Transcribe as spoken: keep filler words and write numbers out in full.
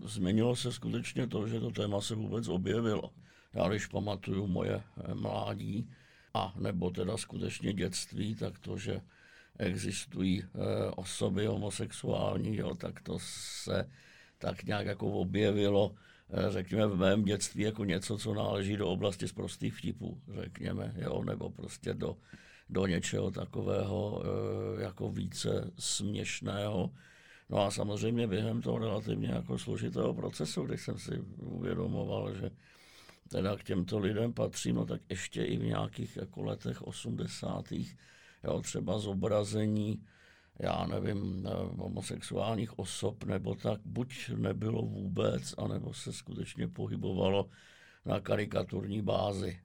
změnilo se skutečně to, že to téma se vůbec objevilo. Já když pamatuju moje mládí, a nebo teda skutečně dětství, tak to, že existují osoby homosexuální, jo, tak to se tak nějak jako objevilo, řekněme, v mém dětství jako něco, co náleží do oblasti sprostých vtipů, řekněme, jo, nebo prostě do, do něčeho takového jako více směšného. No a samozřejmě během toho relativně jako složitého procesu, když jsem si uvědomoval, že teda k těmto lidem patří, no tak ještě i v nějakých jako letech osmdesátých, jo, třeba zobrazení, já nevím, homosexuálních osob, nebo tak buď nebylo vůbec, anebo se skutečně pohybovalo na karikaturní bázi.